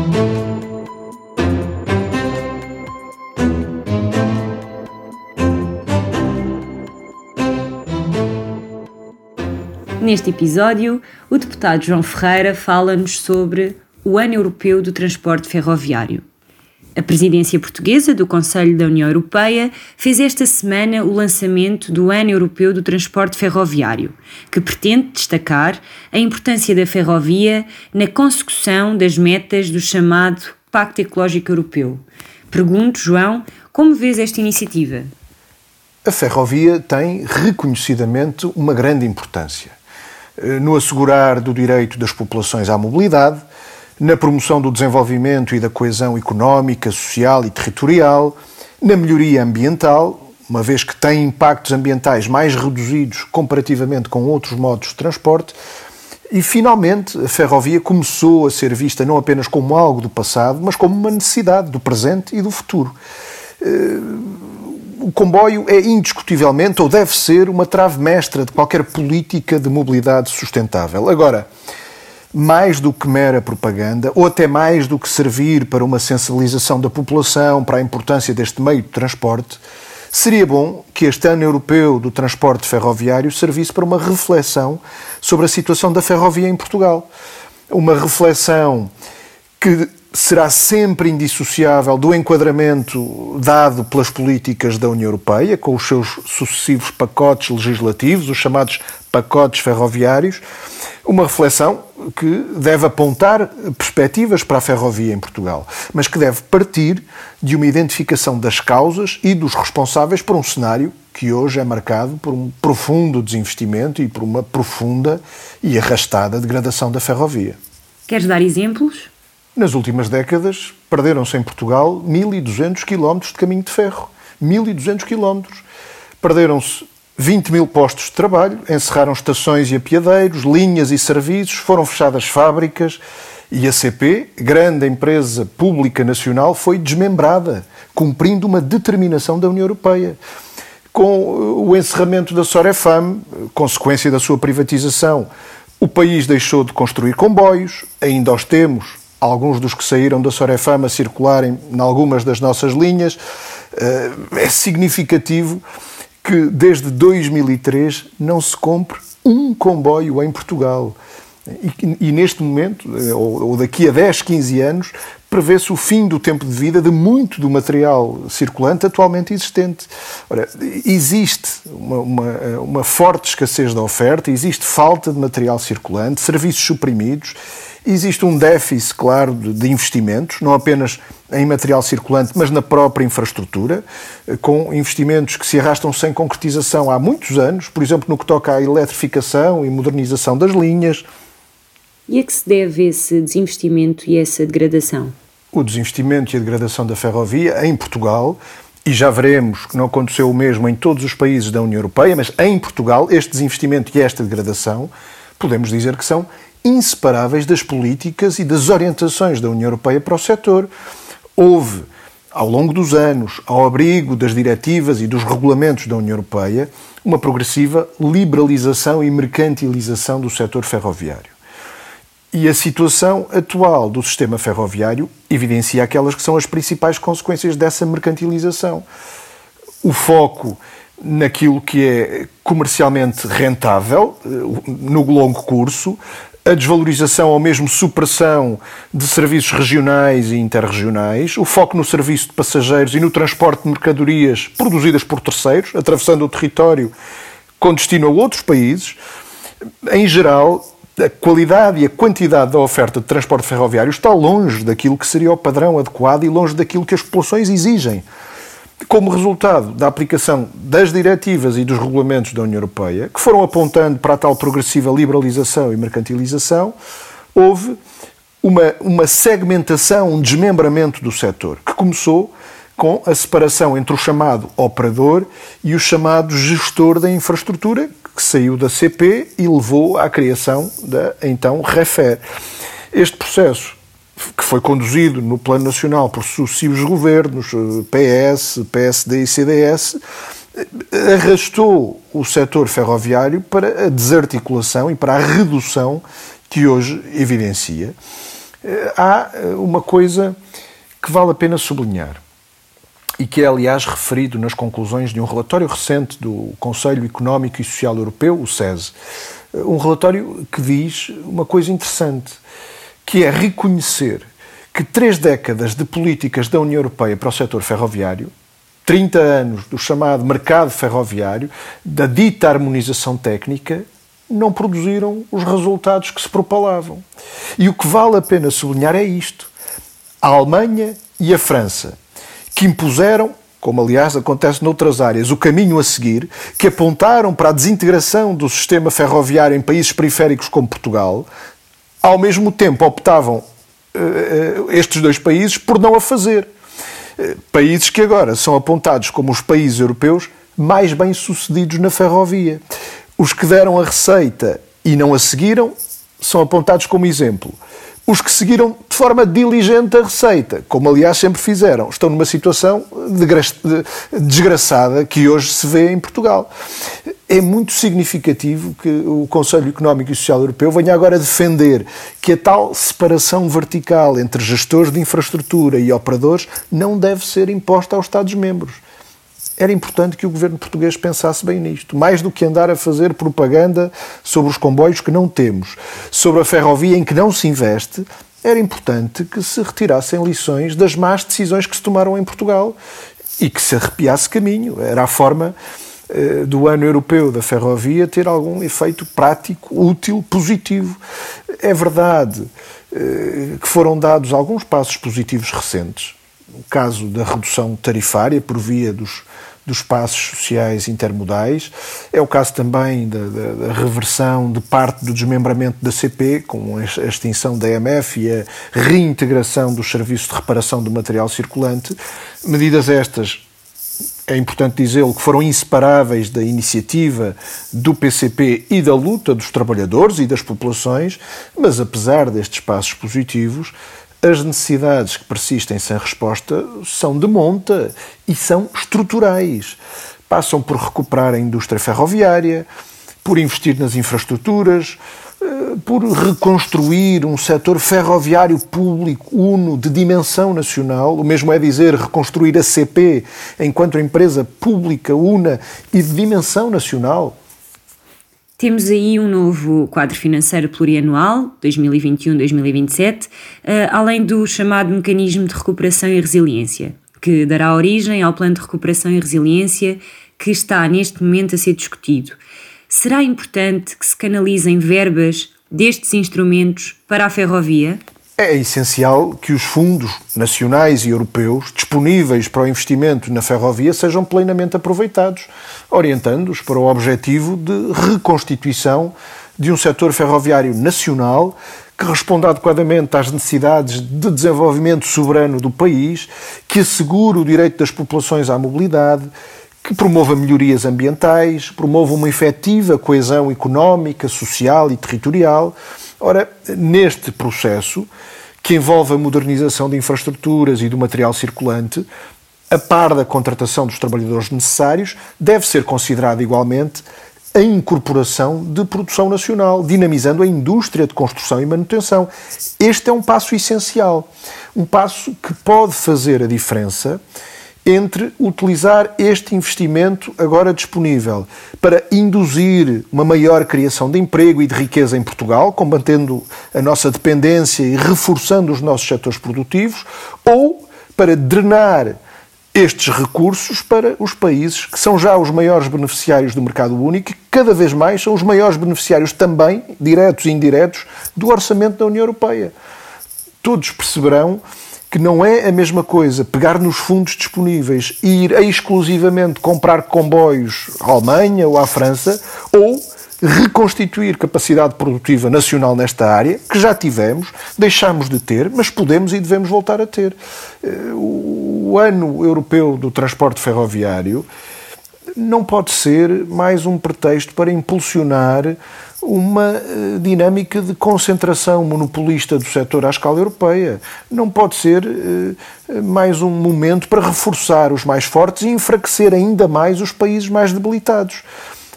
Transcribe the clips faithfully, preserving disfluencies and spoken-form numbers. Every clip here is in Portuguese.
Neste episódio, o deputado João Ferreira fala-nos sobre o Ano Europeu do Transporte Ferroviário. A presidência portuguesa do Conselho da União Europeia fez esta semana o lançamento do Ano Europeu do Transporte Ferroviário, que pretende destacar a importância da ferrovia na consecução das metas do chamado Pacto Ecológico Europeu. Pergunto, João, como vês esta iniciativa? A ferrovia tem reconhecidamente uma grande importância no assegurar do direito das populações à mobilidade, na promoção do desenvolvimento e da coesão económica, social e territorial, na melhoria ambiental, uma vez que tem impactos ambientais mais reduzidos comparativamente com outros modos de transporte, e finalmente a ferrovia começou a ser vista não apenas como algo do passado, mas como uma necessidade do presente e do futuro. O comboio é indiscutivelmente, ou deve ser, uma trave mestra de qualquer política de mobilidade sustentável. Agora, mais do que mera propaganda, ou até mais do que servir para uma sensibilização da população para a importância deste meio de transporte, seria bom que este Ano Europeu do Transporte Ferroviário servisse para uma reflexão sobre a situação da ferrovia em Portugal. Uma reflexão que será sempre indissociável do enquadramento dado pelas políticas da União Europeia, com os seus sucessivos pacotes legislativos, os chamados pacotes ferroviários, uma reflexão que deve apontar perspectivas para a ferrovia em Portugal, mas que deve partir de uma identificação das causas e dos responsáveis por um cenário que hoje é marcado por um profundo desinvestimento e por uma profunda e arrastada degradação da ferrovia. Queres dar exemplos? Nas últimas décadas, perderam-se em Portugal mil e duzentos quilómetros de caminho de ferro. mil e duzentos quilómetros. Perderam-se vinte mil postos de trabalho, encerraram estações e apiadeiros, linhas e serviços, foram fechadas fábricas e a C P, grande empresa pública nacional, foi desmembrada, cumprindo uma determinação da União Europeia. Com o encerramento da Sorefam, consequência da sua privatização, o país deixou de construir comboios, ainda os temos, alguns dos que saíram da Sorefam a circularem em algumas das nossas linhas. É significativo que desde dois mil e três não se compre um comboio em Portugal. E, e neste momento, ou, ou daqui a dez, quinze anos, prevê-se o fim do tempo de vida de muito do material circulante atualmente existente. Ora, existe uma, uma, uma forte escassez de oferta, existe falta de material circulante, serviços suprimidos. Existe um déficit, claro, de investimentos, não apenas em material circulante, mas na própria infraestrutura, com investimentos que se arrastam sem concretização há muitos anos, por exemplo, no que toca à eletrificação e modernização das linhas. E a que se deve esse desinvestimento e essa degradação? O desinvestimento e a degradação da ferrovia em Portugal, e já veremos que não aconteceu o mesmo em todos os países da União Europeia, mas em Portugal, este desinvestimento e esta degradação, podemos dizer que são inseparáveis das políticas e das orientações da União Europeia para o setor. Houve, ao longo dos anos, ao abrigo das diretivas e dos regulamentos da União Europeia, uma progressiva liberalização e mercantilização do setor ferroviário. E a situação atual do sistema ferroviário evidencia aquelas que são as principais consequências dessa mercantilização. O foco naquilo que é comercialmente rentável, no longo curso, a desvalorização ou mesmo supressão de serviços regionais e interregionais, o foco no serviço de passageiros e no transporte de mercadorias produzidas por terceiros, atravessando o território com destino a outros países. Em geral, a qualidade e a quantidade da oferta de transporte ferroviário está longe daquilo que seria o padrão adequado e longe daquilo que as populações exigem. Como resultado da aplicação das diretivas e dos regulamentos da União Europeia, que foram apontando para a tal progressiva liberalização e mercantilização, houve uma, uma segmentação, um desmembramento do setor, que começou com a separação entre o chamado operador e o chamado gestor da infraestrutura, que saiu da C P e levou à criação da, então, REFER. Este processo, que foi conduzido no plano nacional por sucessivos governos, P S, P S D e C D S, arrastou o setor ferroviário para a desarticulação e para a redução que hoje evidencia. há uma coisa que vale a pena sublinhar e que é, aliás, referido nas conclusões de um relatório recente do Conselho Económico e Social Europeu, o SESE. Um relatório que diz uma coisa interessante, que é reconhecer que três décadas de políticas da União Europeia para o setor ferroviário, trinta anos do chamado mercado ferroviário, da dita harmonização técnica, não produziram os resultados que se propalavam. E o que vale a pena sublinhar é isto. A Alemanha e a França, que impuseram, como aliás acontece noutras áreas, o caminho a seguir, que apontaram para a desintegração do sistema ferroviário em países periféricos como Portugal, ao mesmo tempo optavam uh, estes dois países por não a fazer. Uh, países que agora são apontados como os países europeus mais bem-sucedidos na ferrovia. Os que deram a receita e não a seguiram são apontados como exemplo. Os que seguiram de forma diligente a receita, como aliás sempre fizeram, estão numa situação desgraçada que hoje se vê em Portugal. É muito significativo que o Conselho Económico e Social Europeu venha agora defender que a tal separação vertical entre gestores de infraestrutura e operadores não deve ser imposta aos Estados-membros. Era importante que o governo português pensasse bem nisto, mais do que andar a fazer propaganda sobre os comboios que não temos, sobre a ferrovia em que não se investe. Era importante que se retirassem lições das más decisões que se tomaram em Portugal e que se arrepiasse caminho. Era a forma eh, do ano europeu da ferrovia ter algum efeito prático, útil, positivo. É verdade eh, que foram dados alguns passos positivos recentes. O caso da redução tarifária por via dos, dos passos sociais intermodais. É o caso também da, da, da reversão de parte do desmembramento da C P, com a extinção da E M F e a reintegração dos serviços de reparação do material circulante. Medidas estas, é importante dizê-lo, que foram inseparáveis da iniciativa do P C P e da luta dos trabalhadores e das populações, mas apesar destes passos positivos, as necessidades que persistem sem resposta são de monta e são estruturais. Passam por recuperar a indústria ferroviária, por investir nas infraestruturas, por reconstruir um setor ferroviário público uno de dimensão nacional, o mesmo é dizer reconstruir a C P enquanto empresa pública una e de dimensão nacional. Temos aí um novo quadro financeiro plurianual, dois mil e vinte e um a dois mil e vinte e sete, além do chamado Mecanismo de Recuperação e Resiliência, que dará origem ao Plano de Recuperação e Resiliência que está neste momento a ser discutido. Será importante que se canalizem verbas destes instrumentos para a ferrovia? É essencial que os fundos nacionais e europeus disponíveis para o investimento na ferrovia sejam plenamente aproveitados, orientando-os para o objetivo de reconstituição de um setor ferroviário nacional que responda adequadamente às necessidades de desenvolvimento soberano do país, que assegure o direito das populações à mobilidade, que promova melhorias ambientais, promova uma efetiva coesão económica, social e territorial. Ora, neste processo, que envolve a modernização de infraestruturas e do material circulante, a par da contratação dos trabalhadores necessários, deve ser considerada igualmente a incorporação de produção nacional, dinamizando a indústria de construção e manutenção. Este é um passo essencial, um passo que pode fazer a diferença entre utilizar este investimento agora disponível para induzir uma maior criação de emprego e de riqueza em Portugal, combatendo a nossa dependência e reforçando os nossos setores produtivos, ou para drenar estes recursos para os países que são já os maiores beneficiários do mercado único e que cada vez mais são os maiores beneficiários também, diretos e indiretos, do orçamento da União Europeia. Todos perceberão que não é a mesma coisa pegar nos fundos disponíveis e ir exclusivamente comprar comboios à Alemanha ou à França, ou reconstituir capacidade produtiva nacional nesta área, que já tivemos, deixámos de ter, mas podemos e devemos voltar a ter. O Ano Europeu do Transporte Ferroviário não pode ser mais um pretexto para impulsionar uma dinâmica de concentração monopolista do setor à escala europeia. Não pode ser uh, mais um momento para reforçar os mais fortes e enfraquecer ainda mais os países mais debilitados.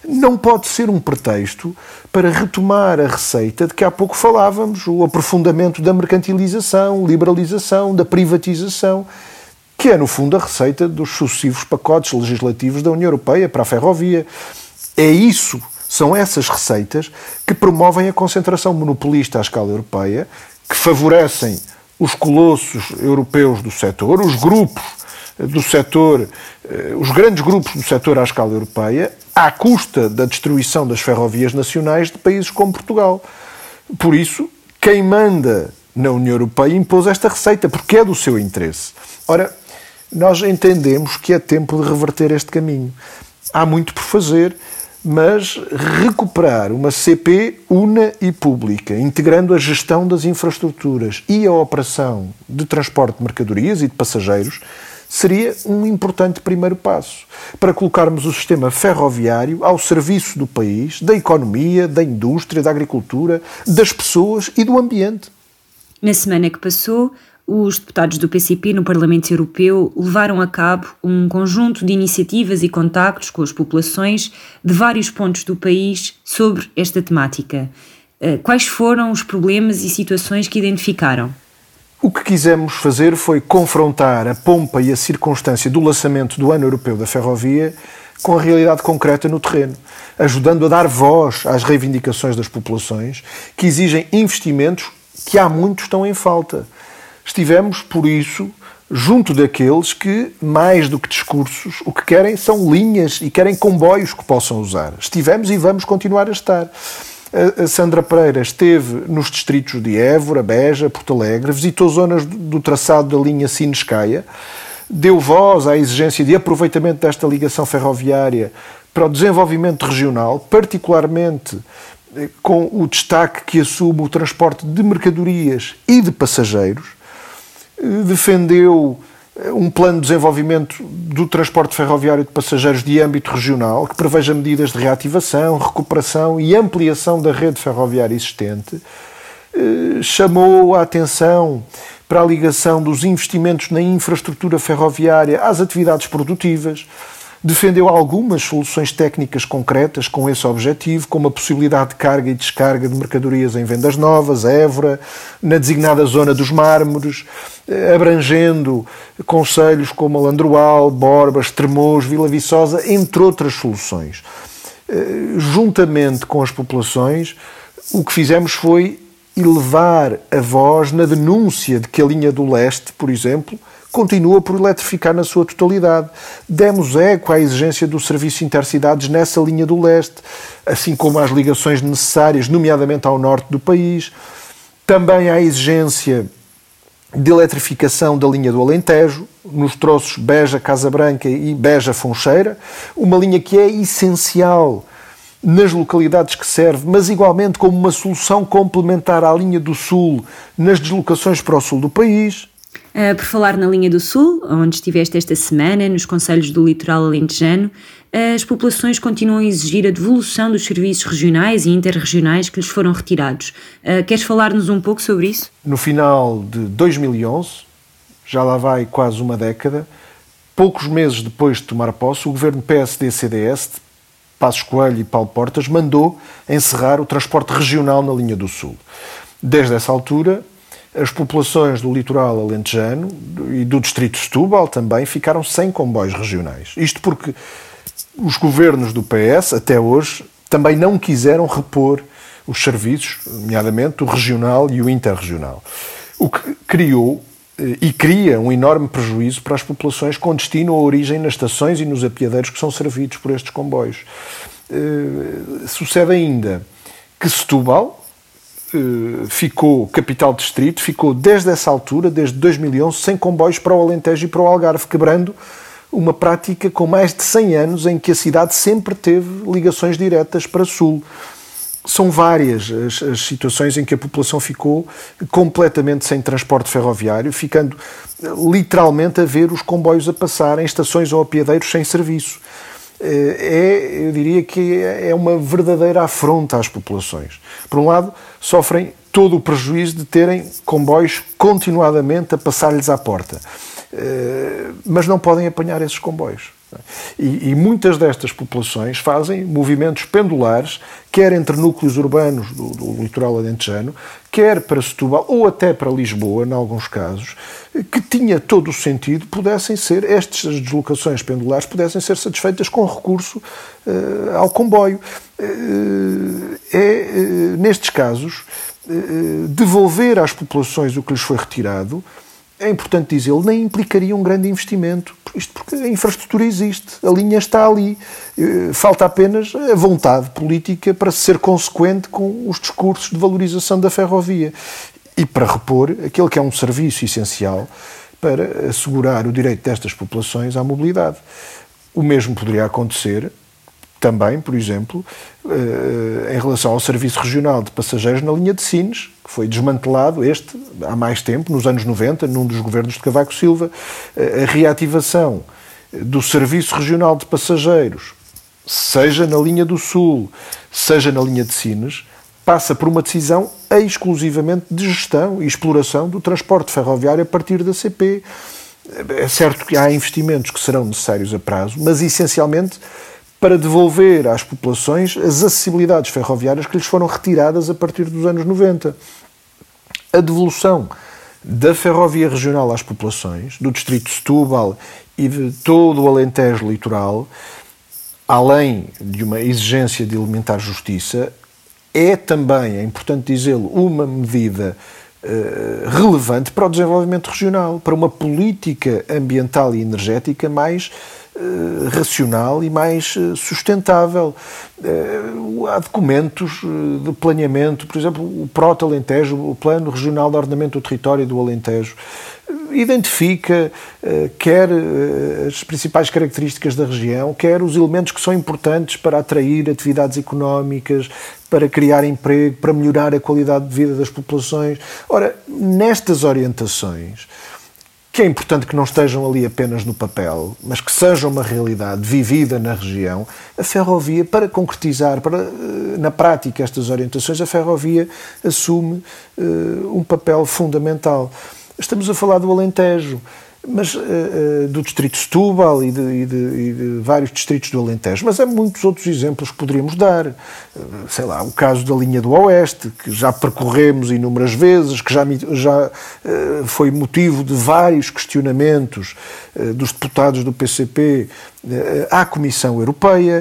não pode ser um pretexto para retomar a receita de que há pouco falávamos, o aprofundamento da mercantilização, liberalização, da privatização, que é, no fundo, a receita dos sucessivos pacotes legislativos da União Europeia para a ferrovia. É isso, são essas receitas que promovem a concentração monopolista à escala europeia, que favorecem os colossos europeus do setor, os grupos do setor, os grandes grupos do setor à escala europeia, à custa da destruição das ferrovias nacionais de países como Portugal. Por isso, quem manda na União Europeia impôs esta receita, porque é do seu interesse. Ora, nós entendemos que é tempo de reverter este caminho. Há muito por fazer, mas recuperar uma C P una e pública, integrando a gestão das infraestruturas e a operação de transporte de mercadorias e de passageiros, seria um importante primeiro passo para colocarmos o sistema ferroviário ao serviço do país, da economia, da indústria, da agricultura, das pessoas e do ambiente. Na semana que passou, os deputados do P C P no Parlamento Europeu levaram a cabo um conjunto de iniciativas e contactos com as populações de vários pontos do país sobre esta temática. Quais foram os problemas e situações que identificaram? O que quisemos fazer foi confrontar a pompa e a circunstância do lançamento do Ano Europeu da Ferrovia com a realidade concreta no terreno, ajudando a dar voz às reivindicações das populações que exigem investimentos que há muitos estão em falta. Estivemos, por isso, junto daqueles que, mais do que discursos, o que querem são linhas e querem comboios que possam usar. Estivemos e vamos continuar a estar. A Sandra Pereira esteve nos distritos de Évora, Beja, Porto Alegre, visitou zonas do traçado da linha Sines-Caia, deu voz à exigência de aproveitamento desta ligação ferroviária para o desenvolvimento regional, particularmente com o destaque que assume o transporte de mercadorias e de passageiros. Defendeu um plano de desenvolvimento do transporte ferroviário de passageiros de âmbito regional, que preveja medidas de reativação, recuperação e ampliação da rede ferroviária existente. Chamou a atenção para a ligação dos investimentos na infraestrutura ferroviária às atividades produtivas. Defendeu algumas soluções técnicas concretas com esse objetivo, como a possibilidade de carga e descarga de mercadorias em vendas novas, Évora, na designada zona dos Mármores, abrangendo concelhos como Alandroal, Borba, Estremoz, Vila Viçosa, entre outras soluções. Juntamente com as populações, o que fizemos foi elevar a voz na denúncia de que a linha do leste, por exemplo, continua por eletrificar na sua totalidade. Demos eco à exigência do serviço intercidades nessa linha do leste, assim como às ligações necessárias, nomeadamente ao norte do país. Também à exigência de eletrificação da linha do Alentejo, nos troços Beja-Casa Branca e Beja-Foncheira, uma linha que é essencial nas localidades que serve, mas igualmente como uma solução complementar à linha do Sul nas deslocações para o sul do país. Uh, por falar na linha do Sul, onde estiveste esta semana, nos concelhos do litoral alentejano, as populações continuam a exigir a devolução dos serviços regionais e interregionais que lhes foram retirados. Uh, queres falar-nos um pouco sobre isso? No final de dois mil e onze, já lá vai quase uma década, poucos meses depois de tomar posse, o governo P S D C D S, de Passos Coelho e Paulo Portas, mandou encerrar o transporte regional na linha do Sul. Desde essa altura, as populações do litoral alentejano e do distrito de Setúbal também ficaram sem comboios regionais. Isto porque os governos do P S, até hoje, também não quiseram repor os serviços, nomeadamente o regional e o interregional. O que criou e cria um enorme prejuízo para as populações com destino ou origem nas estações e nos apiadeiros que são servidos por estes comboios. Sucede ainda que Setúbal ficou, capital distrito, ficou desde essa altura, desde dois mil e onze, sem comboios para o Alentejo e para o Algarve, quebrando uma prática com mais de cem anos em que a cidade sempre teve ligações diretas para sul. São várias as, as situações em que a população ficou completamente sem transporte ferroviário, ficando literalmente a ver os comboios a passar em estações ou apiadeiros sem serviço. É, eu diria que é uma verdadeira afronta às populações. Por um lado, sofrem todo o prejuízo de terem comboios continuadamente a passar-lhes à porta, mas não podem apanhar esses comboios. E, e muitas destas populações fazem movimentos pendulares, quer entre núcleos urbanos do, do litoral alentejano, quer para Setúbal ou até para Lisboa, em alguns casos, que tinha todo o sentido, pudessem ser, estas deslocações pendulares pudessem ser satisfeitas com recurso uh, ao comboio. Uh, é, uh, nestes casos, uh, devolver às populações o que lhes foi retirado, é importante dizê-lo, nem implicaria um grande investimento. Isto porque a infraestrutura existe, a linha está ali. Falta apenas a vontade política para ser consequente com os discursos de valorização da ferrovia e para repor aquele que é um serviço essencial para assegurar o direito destas populações à mobilidade. O mesmo poderia acontecer também, por exemplo, em relação ao Serviço Regional de Passageiros na linha de Sines, que foi desmantelado, este, há mais tempo, nos anos noventa, num dos governos de Cavaco Silva. A reativação do Serviço Regional de Passageiros, seja na linha do Sul, seja na linha de Sines, passa por uma decisão exclusivamente de gestão e exploração do transporte ferroviário a partir da C P. É certo que há investimentos que serão necessários a prazo, mas essencialmente para devolver às populações as acessibilidades ferroviárias que lhes foram retiradas a partir dos anos noventa. A devolução da ferrovia regional às populações, do distrito de Setúbal e de todo o Alentejo litoral, além de uma exigência de elementar justiça, é também, é importante dizê-lo, uma medida uh, relevante para o desenvolvimento regional, para uma política ambiental e energética mais racional e mais sustentável. Há documentos de planeamento, por exemplo, o Proto Alentejo, o Plano Regional de Ordenamento do Território do Alentejo, identifica quer as principais características da região, quer os elementos que são importantes para atrair atividades económicas, para criar emprego, para melhorar a qualidade de vida das populações. Ora, nestas orientações, que é importante que não estejam ali apenas no papel, mas que sejam uma realidade vivida na região, a ferrovia, para concretizar, para, na prática, estas orientações, a ferrovia assume uh, um papel fundamental. Estamos a falar do Alentejo, mas uh, uh, do distrito de Setúbal e de, e, de, e de vários distritos do Alentejo, mas há muitos outros exemplos que poderíamos dar. Uh, sei lá, o caso da linha do Oeste, que já percorremos inúmeras vezes, que já, já uh, foi motivo de vários questionamentos uh, dos deputados do P C P uh, à Comissão Europeia.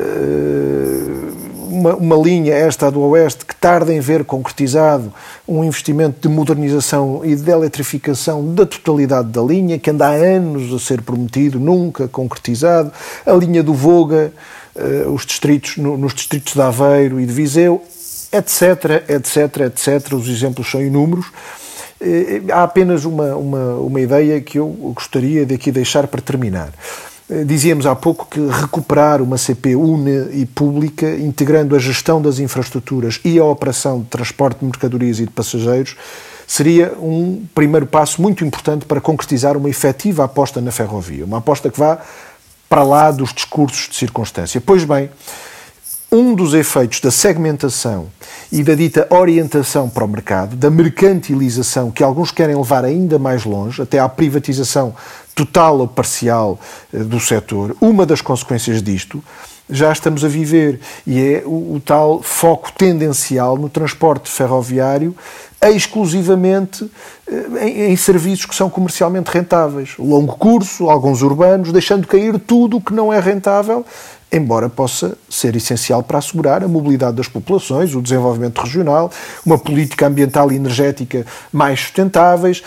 Uh, Uma, uma linha, esta do Oeste, que tarda em ver concretizado um investimento de modernização e de eletrificação da totalidade da linha, que anda há anos a ser prometido, nunca concretizado. A linha do Voga, uh, os distritos, no, nos distritos de Aveiro e de Viseu, etc, etc, etcétera. Os exemplos são inúmeros. Uh, há apenas uma, uma, uma ideia que eu gostaria de aqui deixar para terminar. Dizíamos há pouco que recuperar uma C P única e pública, integrando a gestão das infraestruturas e a operação de transporte de mercadorias e de passageiros, seria um primeiro passo muito importante para concretizar uma efetiva aposta na ferrovia. Uma aposta que vá para lá dos discursos de circunstância. Pois bem, um dos efeitos da segmentação e da dita orientação para o mercado, da mercantilização, que alguns querem levar ainda mais longe, até à privatização total ou parcial do setor, uma das consequências disto já estamos a viver, e é o, o tal foco tendencial no transporte ferroviário, exclusivamente em, em serviços que são comercialmente rentáveis. Longo curso, alguns urbanos, deixando cair tudo o que não é rentável, embora possa ser essencial para assegurar a mobilidade das populações, o desenvolvimento regional, uma política ambiental e energética mais sustentáveis,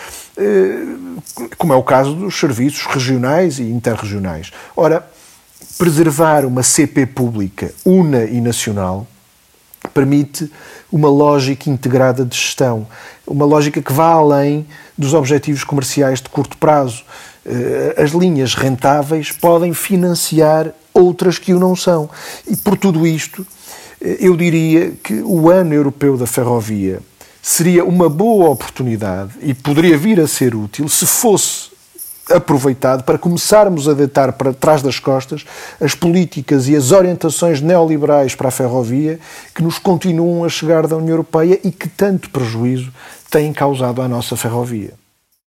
como é o caso dos serviços regionais e interregionais. Ora, preservar uma C P pública, una e nacional, permite uma lógica integrada de gestão, uma lógica que vá além dos objetivos comerciais de curto prazo. As linhas rentáveis podem financiar outras que o não são. E por tudo isto, eu diria que o Ano Europeu da Ferrovia seria uma boa oportunidade e poderia vir a ser útil se fosse aproveitado para começarmos a deitar para trás das costas as políticas e as orientações neoliberais para a ferrovia que nos continuam a chegar da União Europeia e que tanto prejuízo têm causado à nossa ferrovia.